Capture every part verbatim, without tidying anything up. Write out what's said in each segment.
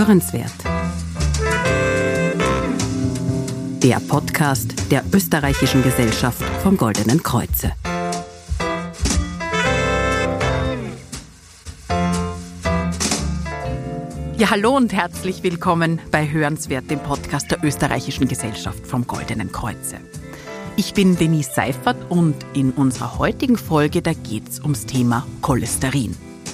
Hörenswert. Der Podcast der Österreichischen Gesellschaft vom Goldenen Kreuze. Ja, hallo und herzlich willkommen bei Hörenswert, dem Podcast der Österreichischen Gesellschaft vom Goldenen Kreuze. Ich bin Denise Seifert und in unserer heutigen Folge, da geht's ums Thema Cholesterin.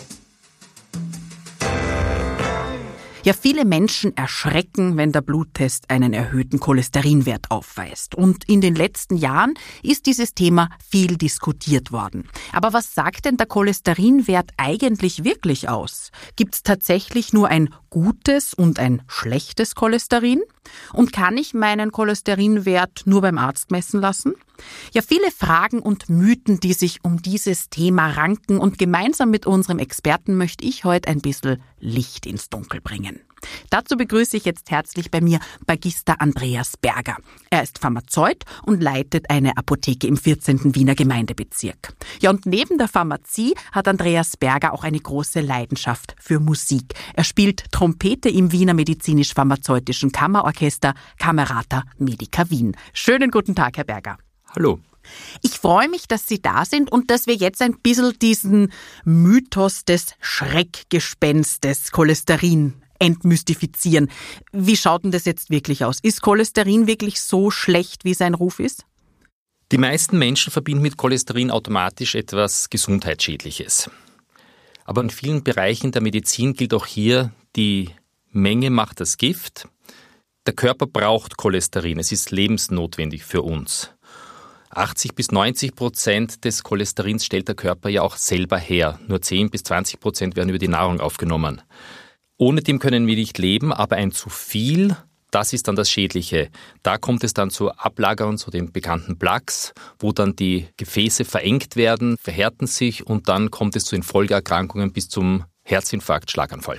Ja, viele Menschen erschrecken, wenn der Bluttest einen erhöhten Cholesterinwert aufweist. Und in den letzten Jahren ist dieses Thema viel diskutiert worden. Aber was sagt denn der Cholesterinwert eigentlich wirklich aus? Gibt es tatsächlich nur ein gutes und ein schlechtes Cholesterin? Und kann ich meinen Cholesterinwert nur beim Arzt messen lassen? Ja, viele Fragen und Mythen, die sich um dieses Thema ranken, und gemeinsam mit unserem Experten möchte ich heute ein bisschen Licht ins Dunkel bringen. Dazu begrüße ich jetzt herzlich bei mir Magister Andreas Berger. Er ist Pharmazeut und leitet eine Apotheke im vierzehnten Wiener Gemeindebezirk. Ja, und neben der Pharmazie hat Andreas Berger auch eine große Leidenschaft für Musik. Er spielt Trompete im Wiener Medizinisch-Pharmazeutischen Kammerorchester Camerata Medica Wien. Schönen guten Tag, Herr Berger. Hallo. Ich freue mich, dass Sie da sind und dass wir jetzt ein bisschen diesen Mythos des Schreckgespenstes Cholesterin entmystifizieren. Wie schaut denn das jetzt wirklich aus? Ist Cholesterin wirklich so schlecht, wie sein Ruf ist? Die meisten Menschen verbinden mit Cholesterin automatisch etwas Gesundheitsschädliches. Aber in vielen Bereichen der Medizin gilt auch hier, die Menge macht das Gift. Der Körper braucht Cholesterin, es ist lebensnotwendig für uns. achtzig bis neunzig Prozent des Cholesterins stellt der Körper ja auch selber her. Nur zehn bis zwanzig Prozent werden über die Nahrung aufgenommen. Ohne dem können wir nicht leben, aber ein zu viel, das ist dann das Schädliche. Da kommt es dann zu Ablagerungen, zu den bekannten Plaques, wo dann die Gefäße verengt werden, verhärten sich und dann kommt es zu den Folgeerkrankungen bis zum Herzinfarkt, Schlaganfall.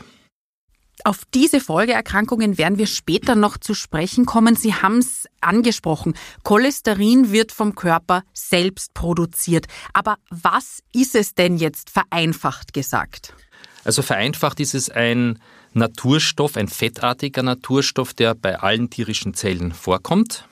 Auf diese Folgeerkrankungen werden wir später noch zu sprechen kommen. Sie haben es angesprochen. Cholesterin wird vom Körper selbst produziert. Aber was ist es denn jetzt vereinfacht gesagt? Also vereinfacht ist es ein Naturstoff, ein fettartiger Naturstoff, der bei allen tierischen Zellen vorkommt.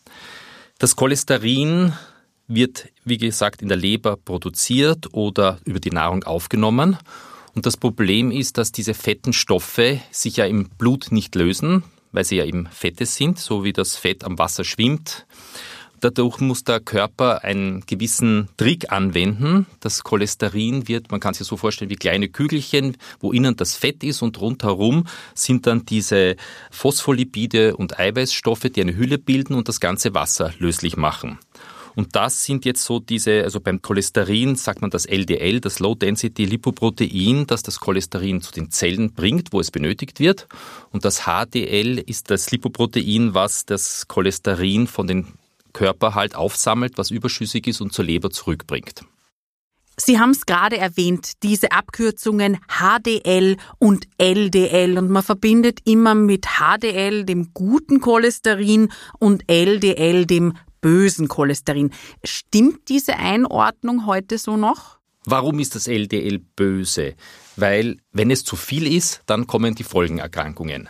Das Cholesterin wird, wie gesagt, in der Leber produziert oder über die Nahrung aufgenommen. Und das Problem ist, dass diese fetten Stoffe sich ja im Blut nicht lösen, weil sie ja eben Fette sind, so wie das Fett am Wasser schwimmt. Dadurch muss der Körper einen gewissen Trick anwenden. Das Cholesterin wird, man kann sich so vorstellen, wie kleine Kügelchen, wo innen das Fett ist und rundherum sind dann diese Phospholipide und Eiweißstoffe, die eine Hülle bilden und das ganze Wasser löslich machen. Und das sind jetzt so diese, also beim Cholesterin sagt man das L D L, das Low-Density-Lipoprotein, das das Cholesterin zu den Zellen bringt, wo es benötigt wird. Und das H D L ist das Lipoprotein, was das Cholesterin von den Körper halt aufsammelt, was überschüssig ist und zur Leber zurückbringt. Sie haben es gerade erwähnt, diese Abkürzungen H D L und L D L. Und man verbindet immer mit H D L, dem guten Cholesterin, und L D L, dem bösen Cholesterin. Stimmt diese Einordnung heute so noch? Warum ist das L D L böse? Weil wenn es zu viel ist, dann kommen die Folgenerkrankungen.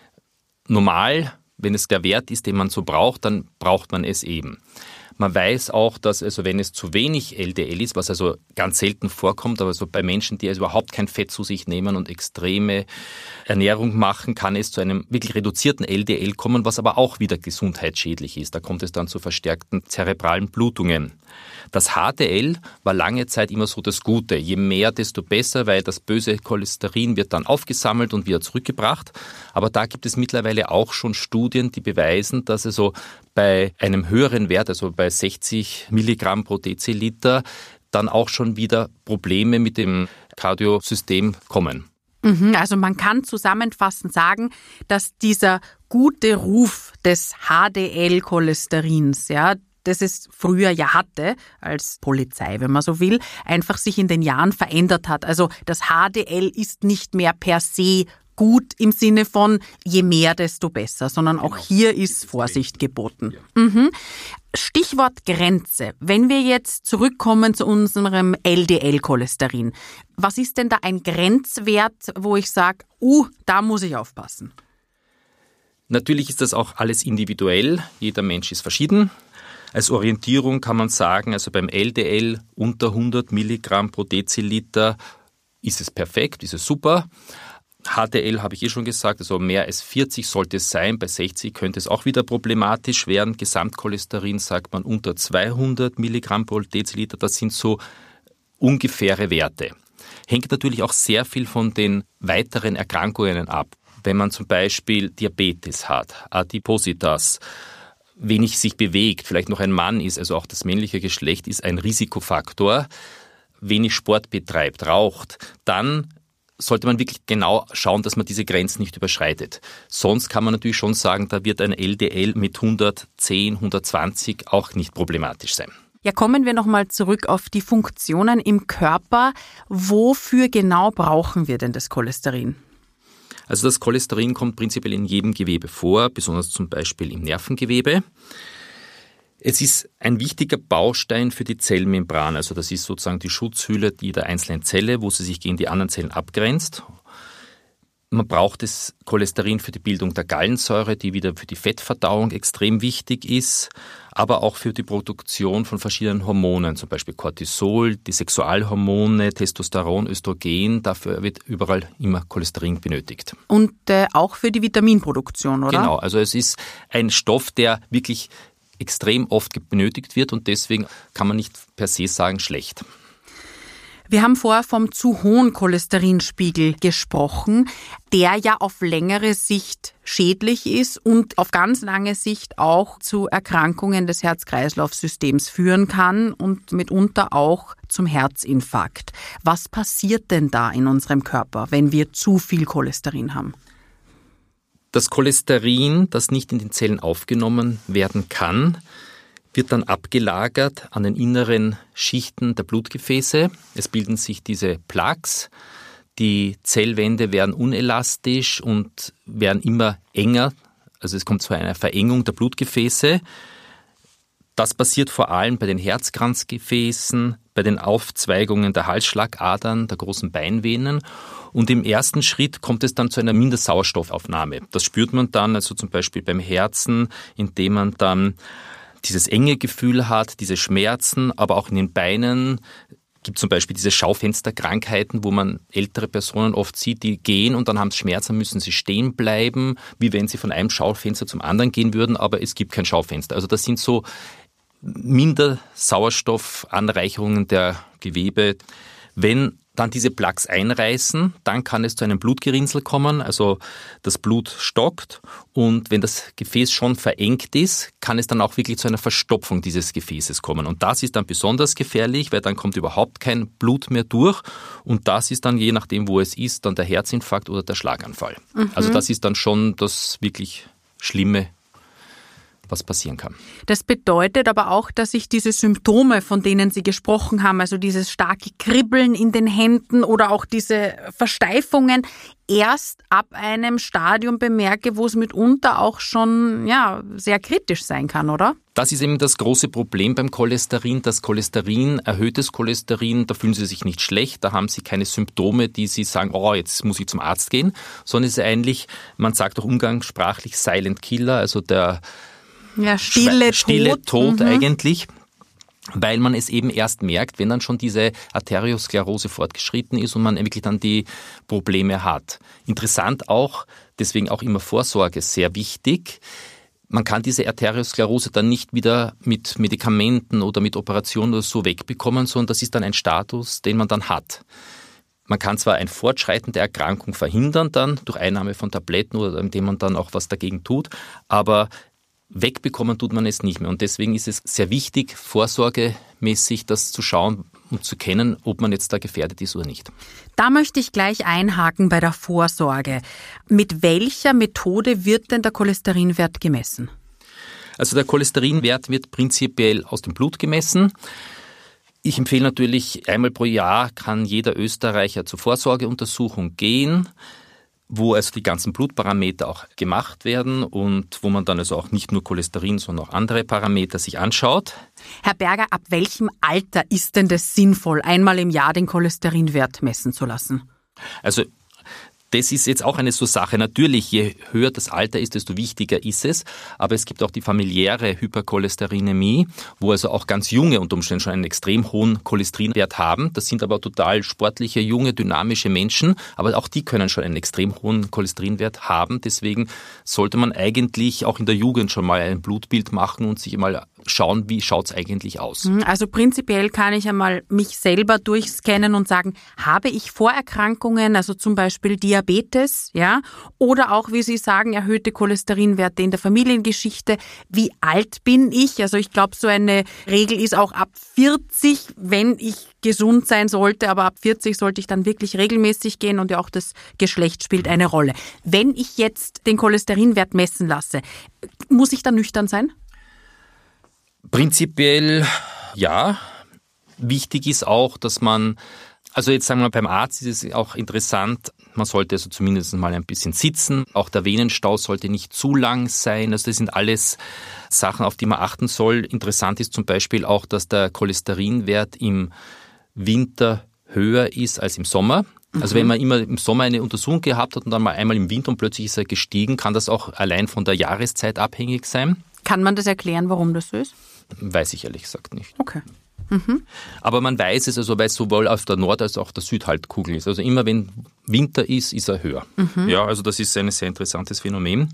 Normal, wenn es der Wert ist, den man so braucht, dann braucht man es eben. Man weiß auch, dass also wenn es zu wenig L D L ist, was also ganz selten vorkommt, aber so bei Menschen, die also überhaupt kein Fett zu sich nehmen und extreme Ernährung machen, kann es zu einem wirklich reduzierten L D L kommen, was aber auch wieder gesundheitsschädlich ist. Da kommt es dann zu verstärkten zerebralen Blutungen. Das H D L war lange Zeit immer so das Gute. Je mehr, desto besser, weil das böse Cholesterin wird dann aufgesammelt und wieder zurückgebracht. Aber da gibt es mittlerweile auch schon Studien, die beweisen, dass also bei einem höheren Wert, also bei sechzig Milligramm pro Deziliter, dann auch schon wieder Probleme mit dem Kardiosystem kommen. Also man kann zusammenfassend sagen, dass dieser gute Ruf des H D L-Cholesterins, ja, das es früher ja hatte, als Polizei, wenn man so will, einfach sich in den Jahren verändert hat. Also das H D L ist nicht mehr per se gut im Sinne von je mehr, desto besser, sondern auch genau. Hier ist Vorsicht geboten. Ja. Mhm. Stichwort Grenze. Wenn wir jetzt zurückkommen zu unserem L D L-Cholesterin, was ist denn da ein Grenzwert, wo ich sage, uh, da muss ich aufpassen? Natürlich ist das auch alles individuell. Jeder Mensch ist verschieden. Als Orientierung kann man sagen, also beim L D L unter hundert Milligramm pro Deziliter ist es perfekt, ist es super. H D L habe ich eh schon gesagt, also mehr als vierzig sollte es sein. Bei sechzig könnte es auch wieder problematisch werden. Gesamtcholesterin sagt man unter zweihundert Milligramm pro Deziliter. Das sind so ungefähre Werte. Hängt natürlich auch sehr viel von den weiteren Erkrankungen ab. Wenn man zum Beispiel Diabetes hat, Adipositas, wenig sich bewegt, vielleicht noch ein Mann ist, also auch das männliche Geschlecht ist ein Risikofaktor, wenig Sport betreibt, raucht, dann sollte man wirklich genau schauen, dass man diese Grenzen nicht überschreitet. Sonst kann man natürlich schon sagen, da wird ein L D L mit hundertzehn, hundertzwanzig auch nicht problematisch sein. Ja, kommen wir nochmal zurück auf die Funktionen im Körper. Wofür genau brauchen wir denn das Cholesterin? Also das Cholesterin kommt prinzipiell in jedem Gewebe vor, besonders zum Beispiel im Nervengewebe. Es ist ein wichtiger Baustein für die Zellmembran, also das ist sozusagen die Schutzhülle jeder einzelnen Zelle, wo sie sich gegen die anderen Zellen abgrenzt. Man braucht das Cholesterin für die Bildung der Gallensäure, die wieder für die Fettverdauung extrem wichtig ist, aber auch für die Produktion von verschiedenen Hormonen, zum Beispiel Cortisol, die Sexualhormone, Testosteron, Östrogen, dafür wird überall immer Cholesterin benötigt. Und äh, auch für die Vitaminproduktion, oder? Genau, also es ist ein Stoff, der wirklich extrem oft benötigt wird und deswegen kann man nicht per se sagen schlecht. Wir haben vorher vom zu hohen Cholesterinspiegel gesprochen, der ja auf längere Sicht schädlich ist und auf ganz lange Sicht auch zu Erkrankungen des Herz-Kreislauf-Systems führen kann und mitunter auch zum Herzinfarkt. Was passiert denn da in unserem Körper, wenn wir zu viel Cholesterin haben? Das Cholesterin, das nicht in den Zellen aufgenommen werden kann, wird dann abgelagert an den inneren Schichten der Blutgefäße. Es bilden sich diese Plaques. Die Zellwände werden unelastisch und werden immer enger. Also es kommt zu einer Verengung der Blutgefäße. Das passiert vor allem bei den Herzkranzgefäßen, bei den Aufzweigungen der Halsschlagadern, der großen Beinvenen. Und im ersten Schritt kommt es dann zu einer Mindestsauerstoffaufnahme. Das spürt man dann also zum Beispiel beim Herzen, indem man dann dieses enge Gefühl hat, diese Schmerzen, aber auch in den Beinen. Es gibt zum Beispiel diese Schaufensterkrankheiten, wo man ältere Personen oft sieht, die gehen und dann haben sie Schmerzen, müssen sie stehen bleiben, wie wenn sie von einem Schaufenster zum anderen gehen würden, aber es gibt kein Schaufenster. Also das sind so Mindersauerstoffanreicherungen der Gewebe. Wenn dann diese Plaques einreißen, dann kann es zu einem Blutgerinnsel kommen, also das Blut stockt und wenn das Gefäß schon verengt ist, kann es dann auch wirklich zu einer Verstopfung dieses Gefäßes kommen. Und das ist dann besonders gefährlich, weil dann kommt überhaupt kein Blut mehr durch und das ist dann, je nachdem wo es ist, dann der Herzinfarkt oder der Schlaganfall. Mhm. Also das ist dann schon das wirklich Schlimme, was passieren kann. Das bedeutet aber auch, dass sich diese Symptome, von denen Sie gesprochen haben, also dieses starke Kribbeln in den Händen oder auch diese Versteifungen, erst ab einem Stadium bemerke, wo es mitunter auch schon ja, sehr kritisch sein kann, oder? Das ist eben das große Problem beim Cholesterin. Das Cholesterin, erhöhtes Cholesterin, da fühlen Sie sich nicht schlecht, da haben Sie keine Symptome, die Sie sagen, oh, jetzt muss ich zum Arzt gehen, sondern es ist eigentlich, man sagt auch umgangssprachlich Silent Killer, also der Ja, stille Tod. Stille Tod mhm. eigentlich, weil man es eben erst merkt, wenn dann schon diese Arteriosklerose fortgeschritten ist und man wirklich dann die Probleme hat. Interessant auch, deswegen auch immer Vorsorge sehr wichtig. Man kann diese Arteriosklerose dann nicht wieder mit Medikamenten oder mit Operationen oder so wegbekommen, sondern das ist dann ein Status, den man dann hat. Man kann zwar ein Fortschreiten der Erkrankung verhindern dann durch Einnahme von Tabletten oder indem man dann auch was dagegen tut, aber wegbekommen tut man es nicht mehr. Und deswegen ist es sehr wichtig, vorsorgemäßig das zu schauen und zu kennen, ob man jetzt da gefährdet ist oder nicht. Da möchte ich gleich einhaken bei der Vorsorge. Mit welcher Methode wird denn der Cholesterinwert gemessen? Also der Cholesterinwert wird prinzipiell aus dem Blut gemessen. Ich empfehle natürlich, einmal pro Jahr kann jeder Österreicher zur Vorsorgeuntersuchung gehen. wo also die ganzen Blutparameter auch gemacht werden und wo man dann also auch nicht nur Cholesterin, sondern auch andere Parameter sich anschaut. Herr Berger, ab welchem Alter ist denn das sinnvoll, einmal im Jahr den Cholesterinwert messen zu lassen? Also das ist jetzt auch eine so Sache. Natürlich, je höher das Alter ist, desto wichtiger ist es. Aber es gibt auch die familiäre Hypercholesterinämie, wo also auch ganz junge unter Umständen schon einen extrem hohen Cholesterinwert haben. Das sind aber total sportliche, junge, dynamische Menschen. Aber auch die können schon einen extrem hohen Cholesterinwert haben. Deswegen sollte man eigentlich auch in der Jugend schon mal ein Blutbild machen und sich mal schauen, wie schaut es eigentlich aus. Also prinzipiell kann ich einmal mich selber durchscannen und sagen, habe ich Vorerkrankungen, also zum Beispiel Diabetes, ja, oder auch, wie Sie sagen, erhöhte Cholesterinwerte in der Familiengeschichte. Wie alt bin ich? Also ich glaube, so eine Regel ist auch ab vierzig, wenn ich gesund sein sollte, aber ab vierzig sollte ich dann wirklich regelmäßig gehen und ja auch das Geschlecht spielt eine Rolle. Wenn ich jetzt den Cholesterinwert messen lasse, muss ich dann nüchtern sein? Prinzipiell ja. Wichtig ist auch, dass man, also jetzt sagen wir beim Arzt ist es auch interessant, man sollte also zumindest mal ein bisschen sitzen. Auch der Venenstau sollte nicht zu lang sein. Also das sind alles Sachen, auf die man achten soll. Interessant ist zum Beispiel auch, dass der Cholesterinwert im Winter höher ist als im Sommer. Also wenn man immer im Sommer eine Untersuchung gehabt hat und dann mal einmal im Winter und plötzlich ist er gestiegen, kann das auch allein von der Jahreszeit abhängig sein. Kann man das erklären, warum das so ist? Weiß ich ehrlich gesagt nicht. Okay. Mhm. Aber man weiß es, also weil es sowohl auf der Nord- als auch der Südhalbkugel ist. Also immer wenn Winter ist, ist er höher. Mhm. Ja, also das ist ein sehr interessantes Phänomen.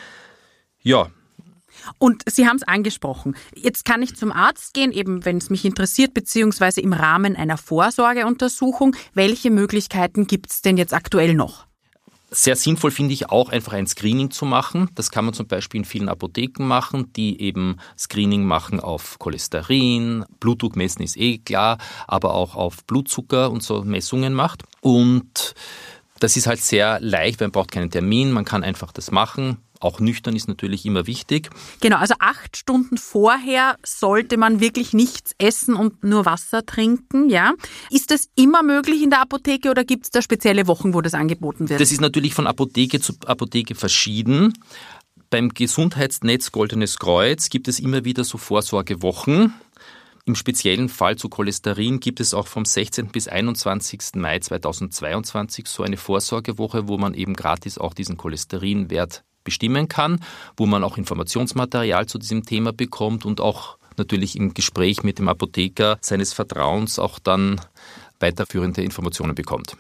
Ja. Und Sie haben es angesprochen. Jetzt kann ich zum Arzt gehen, eben wenn es mich interessiert, beziehungsweise im Rahmen einer Vorsorgeuntersuchung. Welche Möglichkeiten gibt es denn jetzt aktuell noch? Sehr sinnvoll finde ich auch, einfach ein Screening zu machen. Das kann man zum Beispiel in vielen Apotheken machen, die eben Screening machen auf Cholesterin, Blutdruck messen ist eh klar, aber auch auf Blutzucker und so Messungen macht. Und das ist halt sehr leicht, man braucht keinen Termin, man kann einfach das machen. Auch nüchtern ist natürlich immer wichtig. Genau, also acht Stunden vorher sollte man wirklich nichts essen und nur Wasser trinken, ja. Ist das immer möglich in der Apotheke oder gibt es da spezielle Wochen, wo das angeboten wird? Das ist natürlich von Apotheke zu Apotheke verschieden. Beim Gesundheitsnetz Goldenes Kreuz gibt es immer wieder so Vorsorgewochen. Im speziellen Fall zu Cholesterin gibt es auch vom sechzehnten bis einundzwanzigsten Mai zweitausendzweiundzwanzig so eine Vorsorgewoche, wo man eben gratis auch diesen Cholesterinwert bestimmen kann, wo man auch Informationsmaterial zu diesem Thema bekommt und auch natürlich im Gespräch mit dem Apotheker seines Vertrauens auch dann weiterführende Informationen bekommt.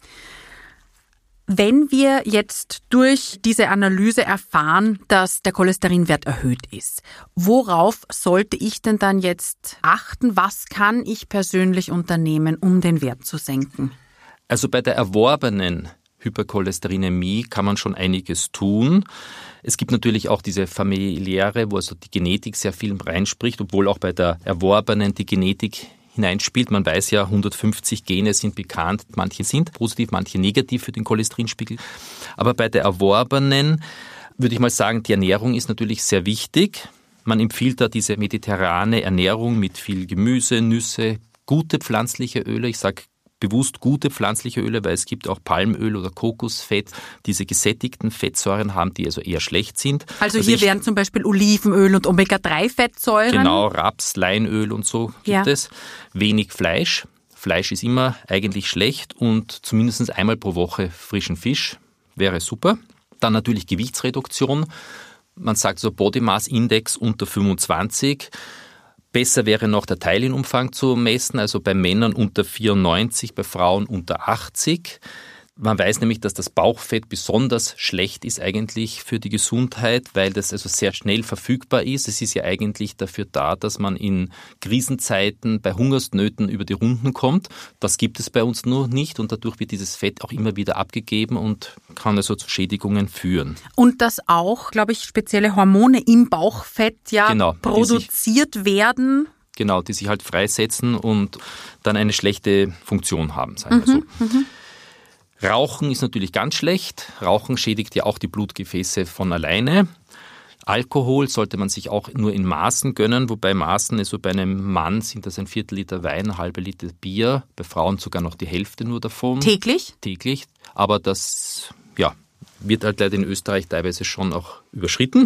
Wenn wir jetzt durch diese Analyse erfahren, dass der Cholesterinwert erhöht ist, worauf sollte ich denn dann jetzt achten? Was kann ich persönlich unternehmen, um den Wert zu senken? Also bei der erworbenen Hypercholesterinämie kann man schon einiges tun. Es gibt natürlich auch diese familiäre, wo also die Genetik sehr viel reinspricht, obwohl auch bei der erworbenen die Genetik hineinspielt. Man weiß ja, hundertfünfzig Gene sind bekannt, manche sind positiv, manche negativ für den Cholesterinspiegel. Aber bei der erworbenen würde ich mal sagen, die Ernährung ist natürlich sehr wichtig. Man empfiehlt da diese mediterrane Ernährung mit viel Gemüse, Nüsse, gute pflanzliche Öle. Ich sage bewusst gute pflanzliche Öle, weil es gibt auch Palmöl oder Kokosfett, diese gesättigten Fettsäuren haben, die also eher schlecht sind. Also, also hier ich, wären zum Beispiel Olivenöl und Omega drei Fettsäuren. Genau, Raps, Leinöl und so gibt ja. es. Wenig Fleisch. Fleisch ist immer eigentlich schlecht und zumindest einmal pro Woche frischen Fisch wäre super. Dann natürlich Gewichtsreduktion. Man sagt so Body Mass Index unter fünfundzwanzig. Besser wäre noch der Teilchenumfang zu messen, also bei Männern unter vierundneunzig, bei Frauen unter achtzig. Man weiß nämlich, dass das Bauchfett besonders schlecht ist eigentlich für die Gesundheit, weil das also sehr schnell verfügbar ist. Es ist ja eigentlich dafür da, dass man in Krisenzeiten bei Hungersnöten über die Runden kommt. Das gibt es bei uns nur nicht und dadurch wird dieses Fett auch immer wieder abgegeben und kann also zu Schädigungen führen. Und dass auch, glaube ich, spezielle Hormone im Bauchfett ja genau, produziert sich, werden. Genau, die sich halt freisetzen und dann eine schlechte Funktion haben, sagen wir mhm, so. Mhm. Rauchen ist natürlich ganz schlecht. Rauchen schädigt ja auch die Blutgefäße von alleine. Alkohol sollte man sich auch nur in Maßen gönnen, wobei Maßen, also bei einem Mann sind das ein Viertel Liter Wein, eine halbe Liter Bier, bei Frauen sogar noch die Hälfte nur davon. Täglich? Täglich, aber das, ja, wird halt leider in Österreich teilweise schon auch überschritten.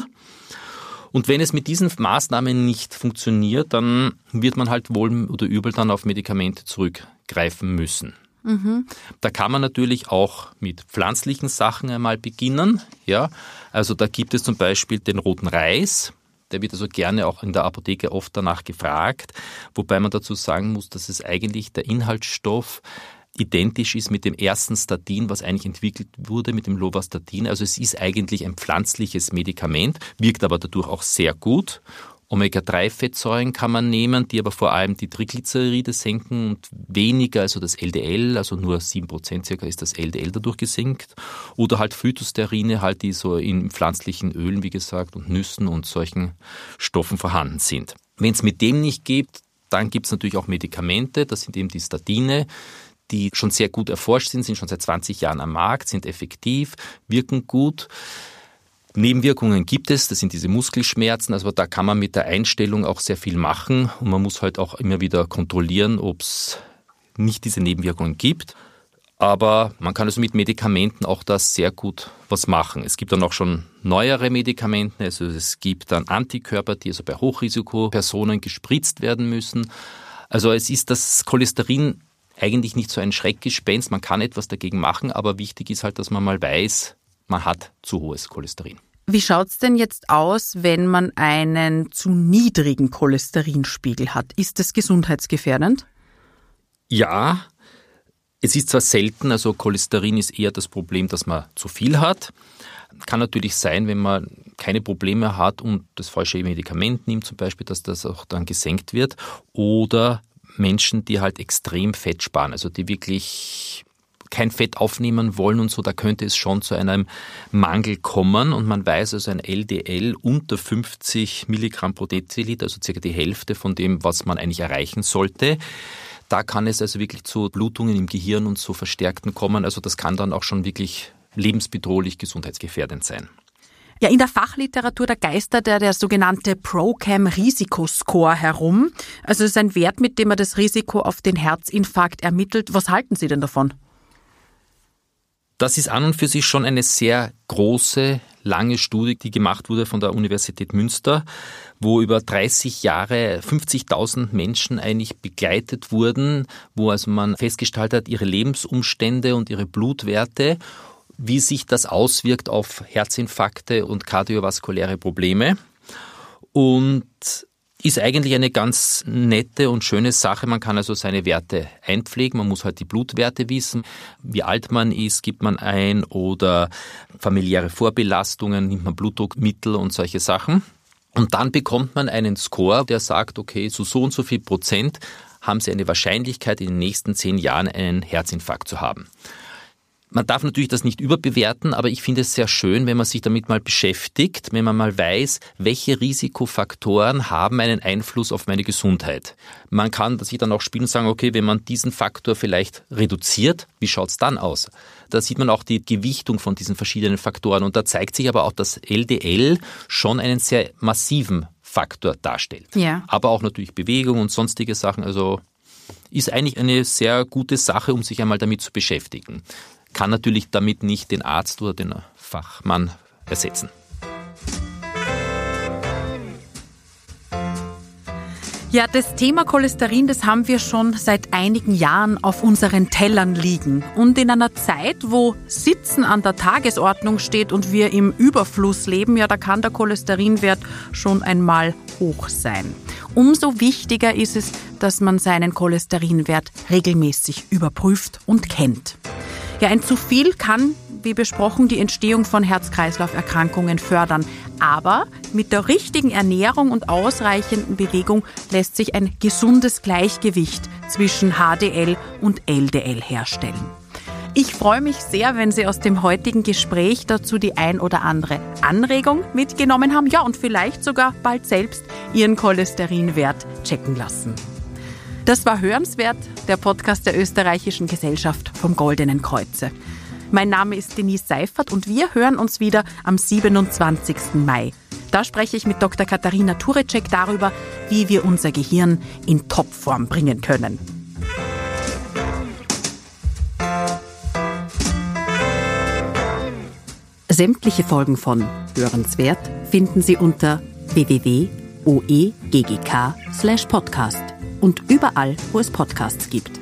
Und wenn es mit diesen Maßnahmen nicht funktioniert, dann wird man halt wohl oder übel dann auf Medikamente zurückgreifen müssen. Mhm. Da kann man natürlich auch mit pflanzlichen Sachen einmal beginnen. Ja, also da gibt es zum Beispiel den roten Reis. Der wird also gerne auch in der Apotheke oft danach gefragt, wobei man dazu sagen muss, dass es eigentlich der Inhaltsstoff identisch ist mit dem ersten Statin, was eigentlich entwickelt wurde, mit dem Lovastatin. Also es ist eigentlich ein pflanzliches Medikament, wirkt aber dadurch auch sehr gut. Omega drei Fettsäuren kann man nehmen, die aber vor allem die Triglyceride senken und weniger, also das L D L, also nur sieben Prozent circa ist das L D L dadurch gesenkt. Oder halt Phytosterine, halt die so in pflanzlichen Ölen, wie gesagt, und Nüssen und solchen Stoffen vorhanden sind. Wenn es mit dem nicht geht, dann gibt es natürlich auch Medikamente, das sind eben die Statine, die schon sehr gut erforscht sind, sind schon seit zwanzig Jahren am Markt, sind effektiv, wirken gut. Nebenwirkungen gibt es, das sind diese Muskelschmerzen, also da kann man mit der Einstellung auch sehr viel machen und man muss halt auch immer wieder kontrollieren, ob es nicht diese Nebenwirkungen gibt. Aber man kann also mit Medikamenten auch da sehr gut was machen. Es gibt dann auch schon neuere Medikamente, also es gibt dann Antikörper, die also bei Hochrisikopersonen gespritzt werden müssen. Also es ist das Cholesterin eigentlich nicht so ein Schreckgespenst, man kann etwas dagegen machen, aber wichtig ist halt, dass man mal weiß, man hat zu hohes Cholesterin. Wie schaut's denn jetzt aus, wenn man einen zu niedrigen Cholesterinspiegel hat? Ist das gesundheitsgefährdend? Ja, es ist zwar selten, also Cholesterin ist eher das Problem, dass man zu viel hat. Kann natürlich sein, wenn man keine Probleme hat und das falsche Medikament nimmt zum Beispiel, dass das auch dann gesenkt wird. Oder Menschen, die halt extrem Fett sparen, also die wirklich kein Fett aufnehmen wollen und so, da könnte es schon zu einem Mangel kommen und man weiß also ein L D L unter fünfzig Milligramm pro Deziliter, also circa die Hälfte von dem, was man eigentlich erreichen sollte. Da kann es also wirklich zu Blutungen im Gehirn und so Verstärkten kommen, also das kann dann auch schon wirklich lebensbedrohlich gesundheitsgefährdend sein. Ja, in der Fachliteratur, da geistert ja der sogenannte ProCam-Risikoscore herum. Also es ist ein Wert, mit dem man das Risiko auf den Herzinfarkt ermittelt. Was halten Sie denn davon? Das ist an und für sich schon eine sehr große, lange Studie, die gemacht wurde von der Universität Münster, wo über dreißig Jahre fünfzigtausend Menschen eigentlich begleitet wurden, wo also man festgestellt hat, ihre Lebensumstände und ihre Blutwerte, wie sich das auswirkt auf Herzinfarkte und kardiovaskuläre Probleme. Und ist eigentlich eine ganz nette und schöne Sache. Man kann also seine Werte einpflegen. Man muss halt die Blutwerte wissen. Wie alt man ist, gibt man ein oder familiäre Vorbelastungen, nimmt man Blutdruckmittel und solche Sachen. Und dann bekommt man einen Score, der sagt, okay, zu so und so viel Prozent haben Sie eine Wahrscheinlichkeit, in den nächsten zehn Jahren einen Herzinfarkt zu haben. Man darf natürlich das nicht überbewerten, aber ich finde es sehr schön, wenn man sich damit mal beschäftigt, wenn man mal weiß, welche Risikofaktoren haben einen Einfluss auf meine Gesundheit. Man kann sich dann auch spielen und sagen, okay, wenn man diesen Faktor vielleicht reduziert, wie schaut es dann aus? Da sieht man auch die Gewichtung von diesen verschiedenen Faktoren und da zeigt sich aber auch, dass L D L schon einen sehr massiven Faktor darstellt. Ja. Aber auch natürlich Bewegung und sonstige Sachen, also ist eigentlich eine sehr gute Sache, um sich einmal damit zu beschäftigen. Kann natürlich damit nicht den Arzt oder den Fachmann ersetzen. Ja, das Thema Cholesterin, das haben wir schon seit einigen Jahren auf unseren Tellern liegen. Und in einer Zeit, wo Sitzen an der Tagesordnung steht und wir im Überfluss leben, ja, da kann der Cholesterinwert schon einmal hoch sein. Umso wichtiger ist es, dass man seinen Cholesterinwert regelmäßig überprüft und kennt. Ja, ein zu viel kann, wie besprochen, die Entstehung von Herz-Kreislauf-Erkrankungen fördern. Aber mit der richtigen Ernährung und ausreichenden Bewegung lässt sich ein gesundes Gleichgewicht zwischen H D L und L D L herstellen. Ich freue mich sehr, wenn Sie aus dem heutigen Gespräch dazu die ein oder andere Anregung mitgenommen haben. Ja, und vielleicht sogar bald selbst Ihren Cholesterinwert checken lassen. Das war Hörenswert, der Podcast der Österreichischen Gesellschaft vom Goldenen Kreuze. Mein Name ist Denise Seifert und wir hören uns wieder am siebenundzwanzigsten Mai. Da spreche ich mit Doktor Katharina Turecek darüber, wie wir unser Gehirn in Topform bringen können. Sämtliche Folgen von Hörenswert finden Sie unter w w w punkt o e g g k slash podcast und überall, wo es Podcasts gibt.